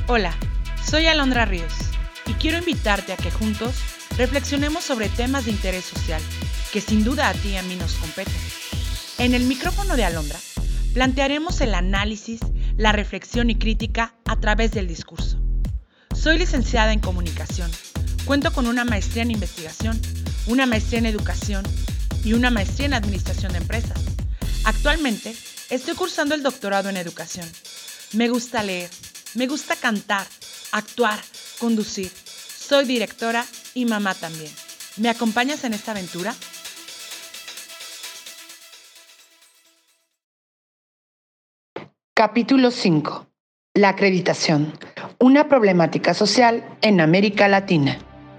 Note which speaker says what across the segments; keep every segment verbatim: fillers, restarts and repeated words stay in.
Speaker 1: Hola, soy Alondra Ríos y quiero invitarte a que juntos reflexionemos sobre temas de interés social que sin duda a ti y a mí nos competen. En el micrófono de Alondra plantearemos el análisis, la reflexión y crítica a través del discurso. Soy licenciada en comunicación, cuento con una maestría en investigación, una maestría en educación y una maestría en administración de empresas. Actualmente estoy cursando el doctorado en educación. Me gusta leer, me gusta cantar, actuar, conducir. Soy directora y mamá también. ¿Me acompañas en esta aventura?
Speaker 2: Capítulo cinco. La acreditación. Una problemática social en América Latina.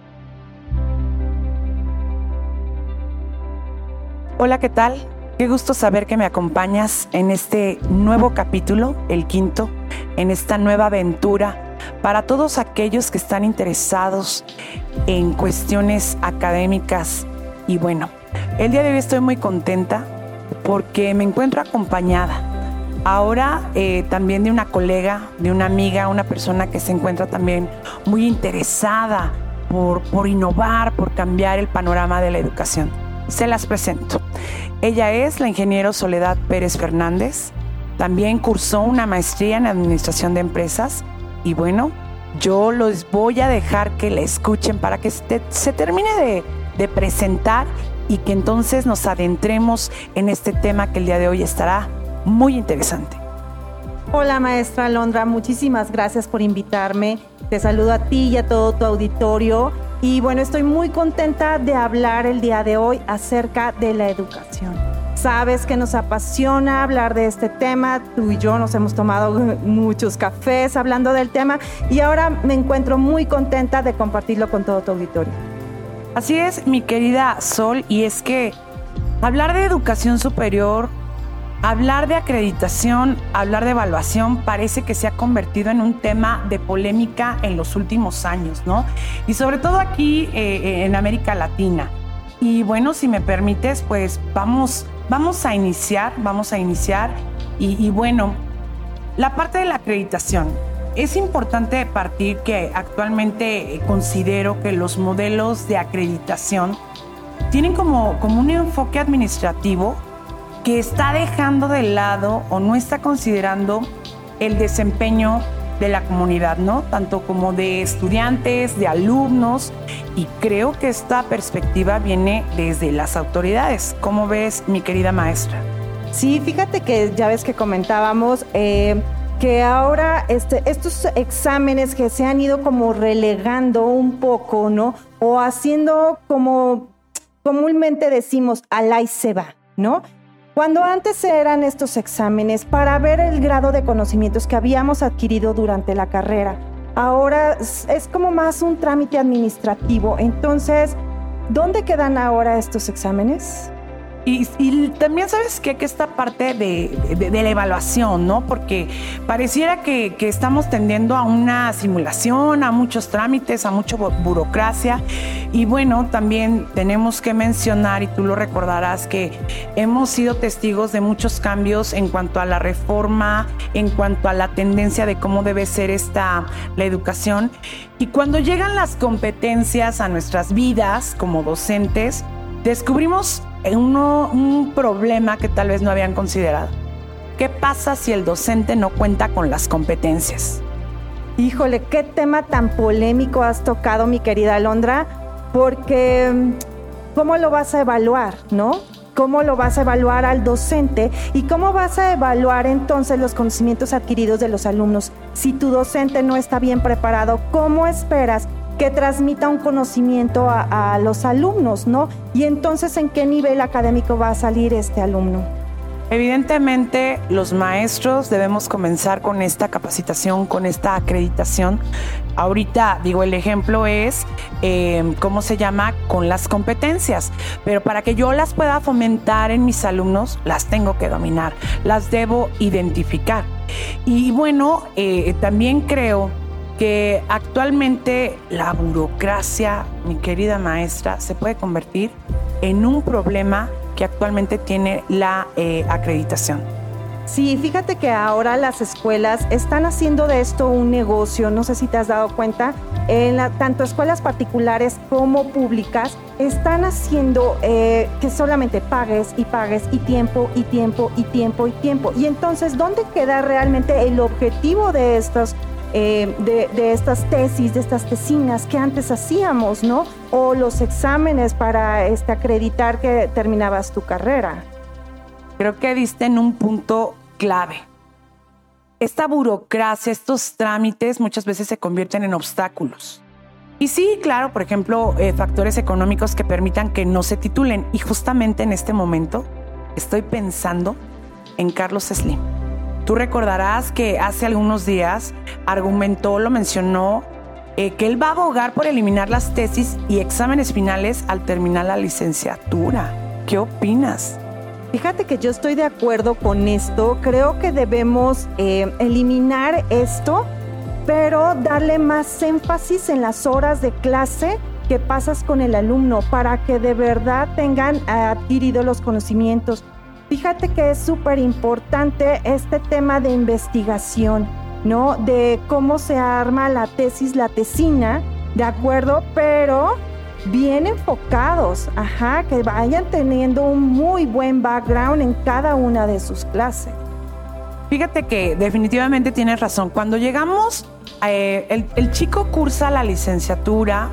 Speaker 3: Hola, ¿qué tal? Qué gusto saber que me acompañas en este nuevo capítulo, el quinto, en esta nueva aventura para todos aquellos que están interesados en cuestiones académicas. Y bueno, el día de hoy estoy muy contenta porque me encuentro acompañada ahora eh, también de una colega, de una amiga, una persona que se encuentra también muy interesada por, por innovar, por cambiar el panorama de la educación. Se las presento. Ella es la ingeniero Soledad Pérez Fernández. También cursó una maestría en administración de empresas. Y bueno, yo los voy a dejar que la escuchen para que se, se termine de, de presentar y que entonces nos adentremos en este tema que el día de hoy estará muy interesante.
Speaker 4: Hola, maestra Alondra, muchísimas gracias por invitarme. Te saludo a ti y a todo tu auditorio. Y bueno, estoy muy contenta de hablar el día de hoy acerca de la educación. Sabes que nos apasiona hablar de este tema. Tú y yo nos hemos tomado muchos cafés hablando del tema y ahora me encuentro muy contenta de compartirlo con todo tu auditorio.
Speaker 3: Así es, mi querida Sol, y es que hablar de educación superior, hablar de acreditación, hablar de evaluación parece que se ha convertido en un tema de polémica en los últimos años, ¿no? Y sobre todo aquí eh, en América Latina. Y bueno, si me permites, pues vamos, vamos a iniciar, vamos a iniciar. Y, y bueno, la parte de la acreditación. Es importante partir que actualmente considero que los modelos de acreditación tienen como, como un enfoque administrativo que está dejando de lado o no está considerando el desempeño de la comunidad, ¿no? Tanto como de estudiantes, de alumnos, y creo que esta perspectiva viene desde las autoridades. ¿Cómo ves, mi querida maestra?
Speaker 4: Sí, fíjate que ya ves que comentábamos eh, que ahora este, estos exámenes que se han ido como relegando un poco, ¿no? O haciendo como comúnmente decimos, al ahí se va, ¿no? Cuando antes eran estos exámenes para ver el grado de conocimientos que habíamos adquirido durante la carrera, ahora es como más un trámite administrativo. Entonces, ¿dónde quedan ahora estos exámenes?
Speaker 3: Y, y también, ¿sabes qué? Que esta parte de, de, de la evaluación, ¿no? Porque pareciera que, que estamos tendiendo a una simulación, a muchos trámites, a mucha burocracia. Y bueno, también tenemos que mencionar, y tú lo recordarás, que hemos sido testigos de muchos cambios en cuanto a la reforma, en cuanto a la tendencia de cómo debe ser esta, la educación. Y cuando llegan las competencias a nuestras vidas como docentes, descubrimos Uno, un problema que tal vez no habían considerado. ¿Qué pasa si el docente no cuenta con las competencias?
Speaker 4: Híjole, qué tema tan polémico has tocado, mi querida Alondra, porque ¿cómo lo vas a evaluar, no? ¿Cómo lo vas a evaluar al docente? ¿Y cómo vas a evaluar entonces los conocimientos adquiridos de los alumnos? Si tu docente no está bien preparado, ¿cómo esperas que transmita un conocimiento a, a los alumnos, ¿no? Y entonces, ¿en qué nivel académico va a salir este alumno?
Speaker 3: Evidentemente, los maestros debemos comenzar con esta capacitación, con esta acreditación. Ahorita, digo, el ejemplo es, eh, ¿cómo se llama? Con las competencias. Pero para que yo las pueda fomentar en mis alumnos, las tengo que dominar, las debo identificar. Y bueno, eh, también creo que actualmente la burocracia, mi querida maestra, se puede convertir en un problema que actualmente tiene la eh, acreditación.
Speaker 4: Sí, fíjate que ahora las escuelas están haciendo de esto un negocio, no sé si te has dado cuenta, en la, tanto escuelas particulares como públicas están haciendo eh, que solamente pagues y pagues y tiempo y tiempo y tiempo y tiempo. Y entonces, ¿dónde queda realmente el objetivo de estos Eh, de, de estas tesis, de estas tesinas que antes hacíamos, ¿no? O los exámenes para este, acreditar que terminabas tu carrera?
Speaker 3: Creo que diste en un punto clave. Esta burocracia, estos trámites muchas veces se convierten en obstáculos. Y sí, claro, por ejemplo, eh, factores económicos que permitan que no se titulen. Y justamente en este momento estoy pensando en Carlos Slim. Tú recordarás que hace algunos días argumentó, lo mencionó, eh, que él va a abogar por eliminar las tesis y exámenes finales al terminar la licenciatura. ¿Qué opinas?
Speaker 4: Fíjate que yo estoy de acuerdo con esto. Creo que debemos eh, eliminar esto, pero darle más énfasis en las horas de clase que pasas con el alumno para que de verdad tengan adquirido los conocimientos. Fíjate que es súper importante este tema de investigación, ¿no? De cómo se arma la tesis, la tesina, ¿de acuerdo? Pero bien enfocados, ajá, que vayan teniendo un muy buen background en cada una de sus clases.
Speaker 3: Fíjate que definitivamente tienes razón. Cuando llegamos, eh, el, el chico cursa la licenciatura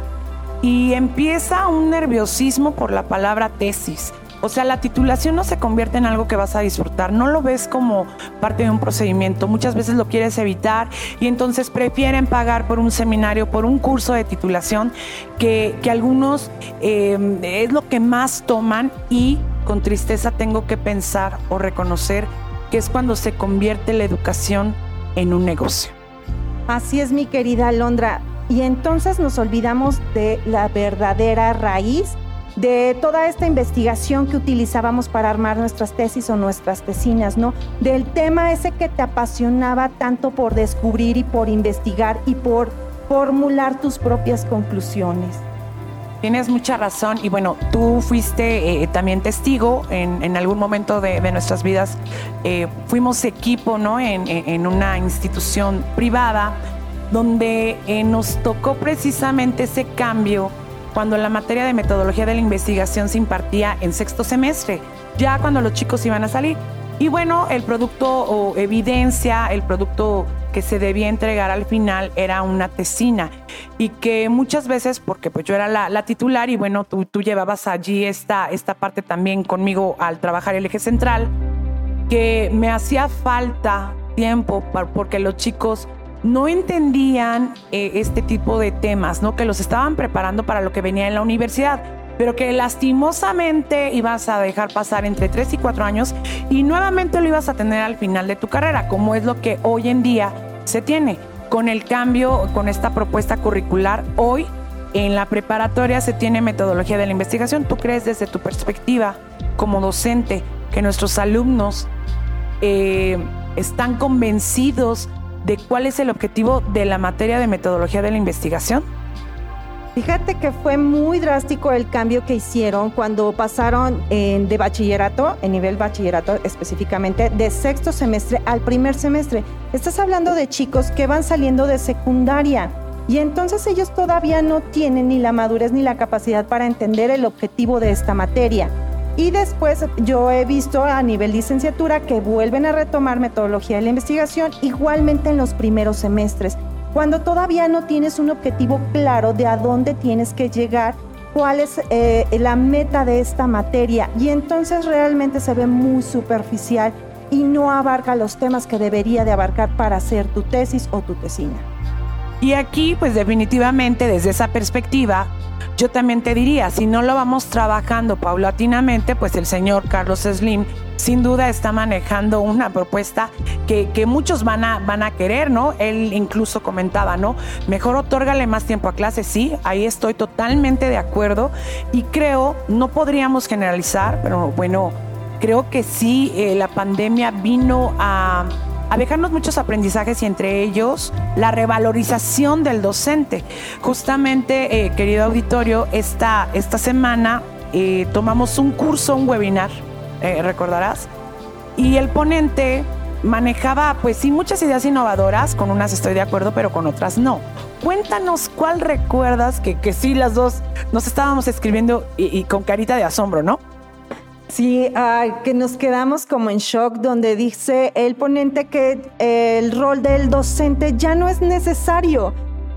Speaker 3: y empieza un nerviosismo por la palabra tesis. O sea, la titulación no se convierte en algo que vas a disfrutar, no lo ves como parte de un procedimiento, muchas veces lo quieres evitar y entonces prefieren pagar por un seminario, por un curso de titulación que, que algunos eh, es lo que más toman y con tristeza tengo que pensar o reconocer que es cuando se convierte la educación en un negocio.
Speaker 4: Así es, mi querida Alondra, y entonces nos olvidamos de la verdadera raíz de toda esta investigación que utilizábamos para armar nuestras tesis o nuestras tesinas, ¿no? Del tema ese que te apasionaba tanto por descubrir y por investigar y por formular tus propias conclusiones.
Speaker 3: Tienes mucha razón y bueno, tú fuiste eh, también testigo en, en algún momento de, de nuestras vidas. Eh, fuimos equipo, ¿no? En, en una institución privada donde eh, nos tocó precisamente ese cambio cuando la materia de metodología de la investigación se impartía en sexto semestre, ya cuando los chicos iban a salir. Y bueno, el producto o evidencia, el producto que se debía entregar al final era una tesina y que muchas veces, porque pues yo era la, la titular y bueno, tú, tú llevabas allí esta, esta parte también conmigo al trabajar el eje central, que me hacía falta tiempo para, porque los chicos no entendían eh, este tipo de temas, ¿no? Que los estaban preparando para lo que venía en la universidad, pero que lastimosamente ibas a dejar pasar entre tres y cuatro años y nuevamente lo ibas a tener al final de tu carrera, como es lo que hoy en día se tiene. Con el cambio, con esta propuesta curricular, hoy en la preparatoria se tiene metodología de la investigación. ¿Tú crees desde tu perspectiva como docente que nuestros alumnos eh, están convencidos de cuál es el objetivo de la materia de metodología de la investigación?
Speaker 4: Fíjate que fue muy drástico el cambio que hicieron cuando pasaron en, de bachillerato, en nivel bachillerato específicamente, de sexto semestre al primer semestre. Estás hablando de chicos que van saliendo de secundaria y entonces ellos todavía no tienen ni la madurez ni la capacidad para entender el objetivo de esta materia. Y después yo he visto a nivel licenciatura que vuelven a retomar metodología de la investigación igualmente en los primeros semestres, cuando todavía no tienes un objetivo claro de a dónde tienes que llegar, cuál es eh, la meta de esta materia. Y entonces realmente se ve muy superficial y no abarca los temas que debería de abarcar para hacer tu tesis o tu tesina.
Speaker 3: Y aquí, pues definitivamente desde esa perspectiva, yo también te diría, si no lo vamos trabajando paulatinamente, pues el señor Carlos Slim sin duda está manejando una propuesta que, que muchos van a, van a querer, ¿no? Él incluso comentaba, ¿no? Mejor otórgale más tiempo a clase. Sí, ahí estoy totalmente de acuerdo y creo, no podríamos generalizar, pero bueno, creo que sí, eh, la pandemia vino a... a dejarnos muchos aprendizajes y entre ellos la revalorización del docente. Justamente, eh, querido auditorio, esta, esta semana eh, tomamos un curso, un webinar, eh, recordarás, y el ponente manejaba, pues sí, muchas ideas innovadoras, con unas estoy de acuerdo, pero con otras no. Cuéntanos cuál recuerdas, que, que sí, las dos nos estábamos escribiendo y, y con carita de asombro, ¿no?
Speaker 4: Sí, uh, que nos quedamos como en shock, donde dice el ponente que eh, el rol del docente ya no es necesario.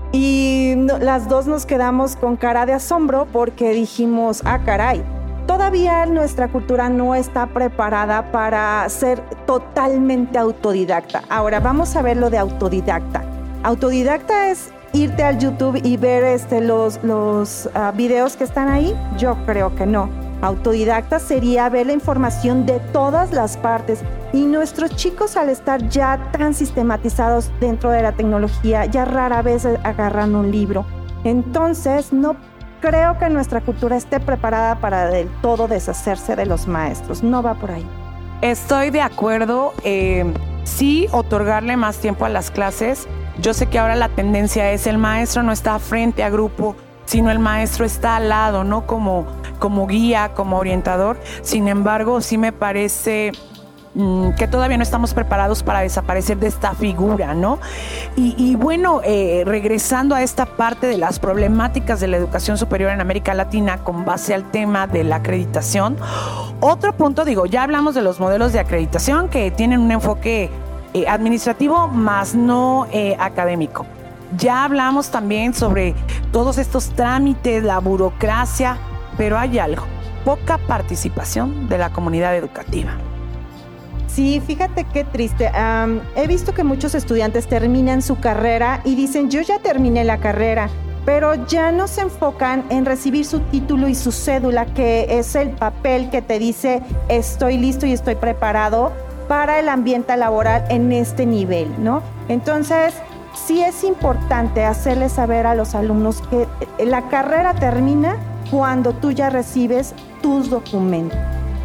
Speaker 4: Y no, las dos nos quedamos con cara de asombro porque dijimos, ah, caray, todavía nuestra cultura no está preparada para ser totalmente autodidacta. Ahora, vamos a ver lo de autodidacta. Autodidacta es irte al YouTube y ver este, los, los uh, videos que están ahí. Yo creo que no. Autodidacta sería ver la información de todas las partes, y nuestros chicos, al estar ya tan sistematizados dentro de la tecnología, ya rara vez agarran un libro. Entonces no creo que nuestra cultura esté preparada para del todo deshacerse de los maestros. No va por ahí.
Speaker 3: Estoy de acuerdo. Eh, sí, otorgarle más tiempo a las clases. Yo sé que ahora la tendencia es el maestro no está frente a grupo, sino el maestro está al lado, ¿no? Como, como guía, como orientador. Sin embargo, sí me parece mmm, que todavía no estamos preparados para desaparecer de esta figura, ¿no? Y, y bueno, eh, regresando a esta parte de las problemáticas de la educación superior en América Latina con base al tema de la acreditación, otro punto, digo, ya hablamos de los modelos de acreditación que tienen un enfoque eh, administrativo más no eh, académico. Ya hablamos también sobre todos estos trámites, la burocracia, pero hay algo, poca participación de la comunidad educativa.
Speaker 4: Sí, fíjate qué triste. Um, he visto que muchos estudiantes terminan su carrera y dicen, yo ya terminé la carrera, pero ya no se enfocan en recibir su título y su cédula, que es el papel que te dice, estoy listo y estoy preparado para el ambiente laboral en este nivel, ¿no? Entonces, sí es importante hacerles saber a los alumnos que la carrera termina cuando tú ya recibes tus documentos.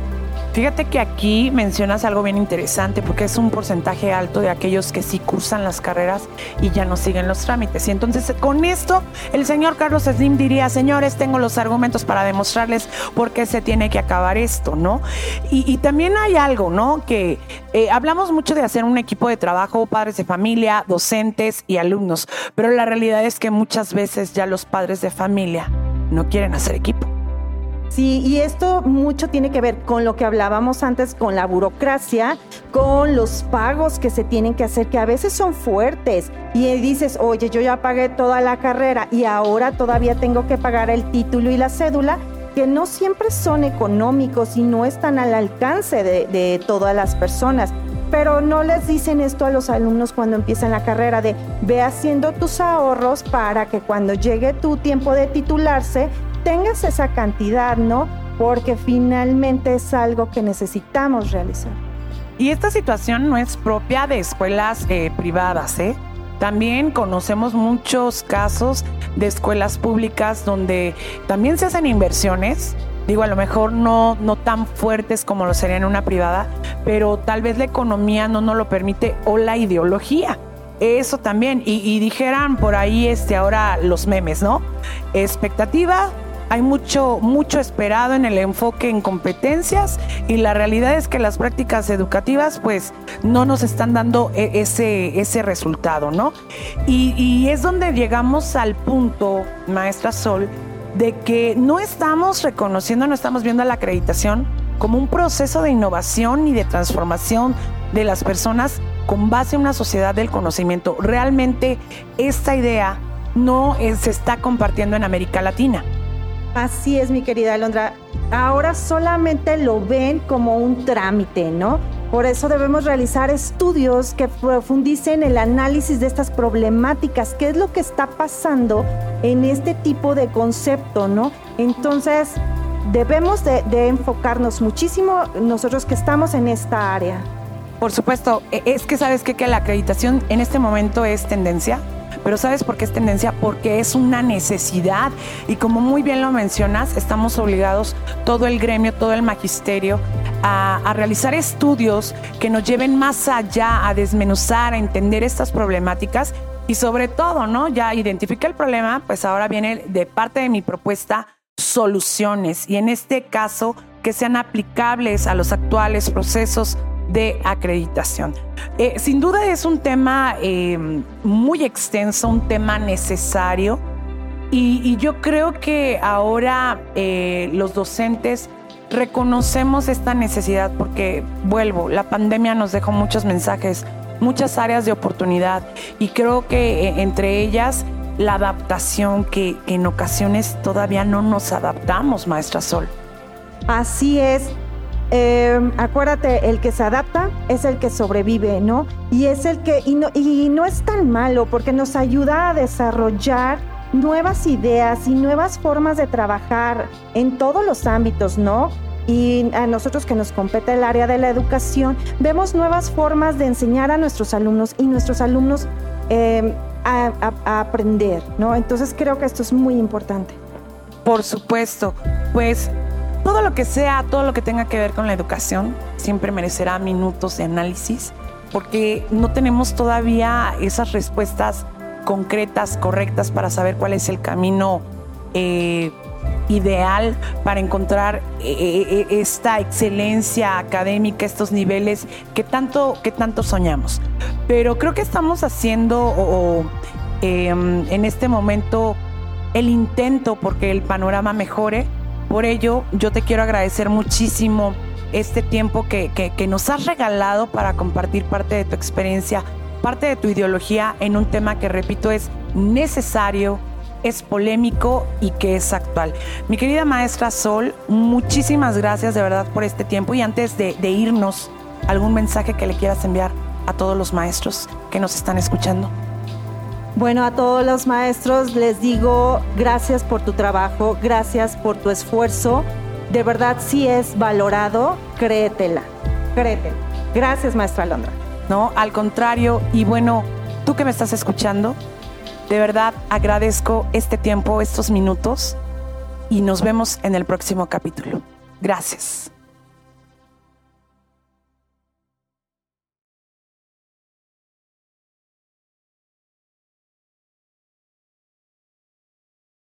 Speaker 3: Fíjate que aquí mencionas algo bien interesante, porque es un porcentaje alto de aquellos que sí cursan las carreras y ya no siguen los trámites. Y entonces con esto el señor Carlos Slim diría, señores, tengo los argumentos para demostrarles por qué se tiene que acabar esto, ¿no? Y, y también hay algo, ¿no? Que eh, hablamos mucho de hacer un equipo de trabajo, padres de familia, docentes y alumnos, pero la realidad es que muchas veces ya los padres de familia no quieren hacer equipo.
Speaker 4: Sí, y esto mucho tiene que ver con lo que hablábamos antes, con la burocracia, con los pagos que se tienen que hacer, que a veces son fuertes. Y dices, oye, yo ya pagué toda la carrera y ahora todavía tengo que pagar el título y la cédula, que no siempre son económicos y no están al alcance de, de todas las personas. Pero no les dicen esto a los alumnos cuando empiezan la carrera, de ve haciendo tus ahorros para que cuando llegue tu tiempo de titularse, tengas esa cantidad, ¿no? Porque finalmente es algo que necesitamos realizar.
Speaker 3: Y esta situación no es propia de escuelas eh, privadas, ¿eh? También conocemos muchos casos de escuelas públicas donde también se hacen inversiones, digo, a lo mejor no, no tan fuertes como lo sería en una privada, pero tal vez la economía no nos lo permite, o la ideología. Eso también, y, y dijeran por ahí este, ahora los memes, ¿no? Expectativa, hay mucho, mucho esperado en el enfoque en competencias, y la realidad es que las prácticas educativas pues no nos están dando ese, ese resultado, ¿no? Y, y es donde llegamos al punto, maestra Sol, de que no estamos reconociendo, no estamos viendo la acreditación como un proceso de innovación y de transformación de las personas con base en una sociedad del conocimiento. Realmente esta idea no es, se está compartiendo en América Latina.
Speaker 4: Así es, mi querida Alondra. Ahora solamente lo ven como un trámite, ¿no? Por eso debemos realizar estudios que profundicen el análisis de estas problemáticas, qué es lo que está pasando en este tipo de concepto, ¿no? Entonces, debemos de, de enfocarnos muchísimo nosotros que estamos en esta área.
Speaker 3: Por supuesto, es que sabes qué? Que la acreditación en este momento es tendencia, pero ¿sabes por qué es tendencia? Porque es una necesidad, y como muy bien lo mencionas, estamos obligados, todo el gremio, todo el magisterio, a, a realizar estudios que nos lleven más allá, a desmenuzar, a entender estas problemáticas, y sobre todo, ¿no? Ya identifiqué el problema, pues ahora viene de parte de mi propuesta soluciones, y en este caso que sean aplicables a los actuales procesos de acreditación. Eh, sin duda es un tema eh, muy extenso, un tema necesario y, y yo creo que ahora eh, los docentes reconocemos esta necesidad porque, vuelvo, la pandemia nos dejó muchos mensajes, muchas áreas de oportunidad y creo que eh, entre ellas la adaptación que, que en ocasiones todavía no nos adaptamos, maestra Sol.
Speaker 4: Así es. Eh, acuérdate, el que se adapta es el que sobrevive, ¿no? Y es el que, y no, y no es tan malo porque nos ayuda a desarrollar nuevas ideas y nuevas formas de trabajar en todos los ámbitos, ¿no? Y a nosotros que nos compete el área de la educación, vemos nuevas formas de enseñar a nuestros alumnos y nuestros alumnos eh, a, a, a aprender, ¿no? Entonces creo que esto es muy importante.
Speaker 3: Por supuesto, pues todo lo que sea, todo lo que tenga que ver con la educación siempre merecerá minutos de análisis porque no tenemos todavía esas respuestas concretas, correctas para saber cuál es el camino eh, ideal para encontrar eh, esta excelencia académica, estos niveles que tanto, que tanto soñamos. Pero creo que estamos haciendo o, o, eh, en este momento el intento porque el panorama mejore. Por ello, yo te quiero agradecer muchísimo este tiempo que, que, que nos has regalado para compartir parte de tu experiencia, parte de tu ideología en un tema que, repito, es necesario, es polémico y que es actual. Mi querida maestra Sol, muchísimas gracias de verdad por este tiempo y antes de, de irnos, ¿algún mensaje que le quieras enviar a todos los maestros que nos están escuchando?
Speaker 4: Bueno, a todos los maestros les digo gracias por tu trabajo, gracias por tu esfuerzo. De verdad, sí es valorado, créetela, créetela. Gracias, maestra Alondra.
Speaker 3: No, al contrario. Y bueno, tú que me estás escuchando, de verdad agradezco este tiempo, estos minutos y nos vemos en el próximo capítulo. Gracias.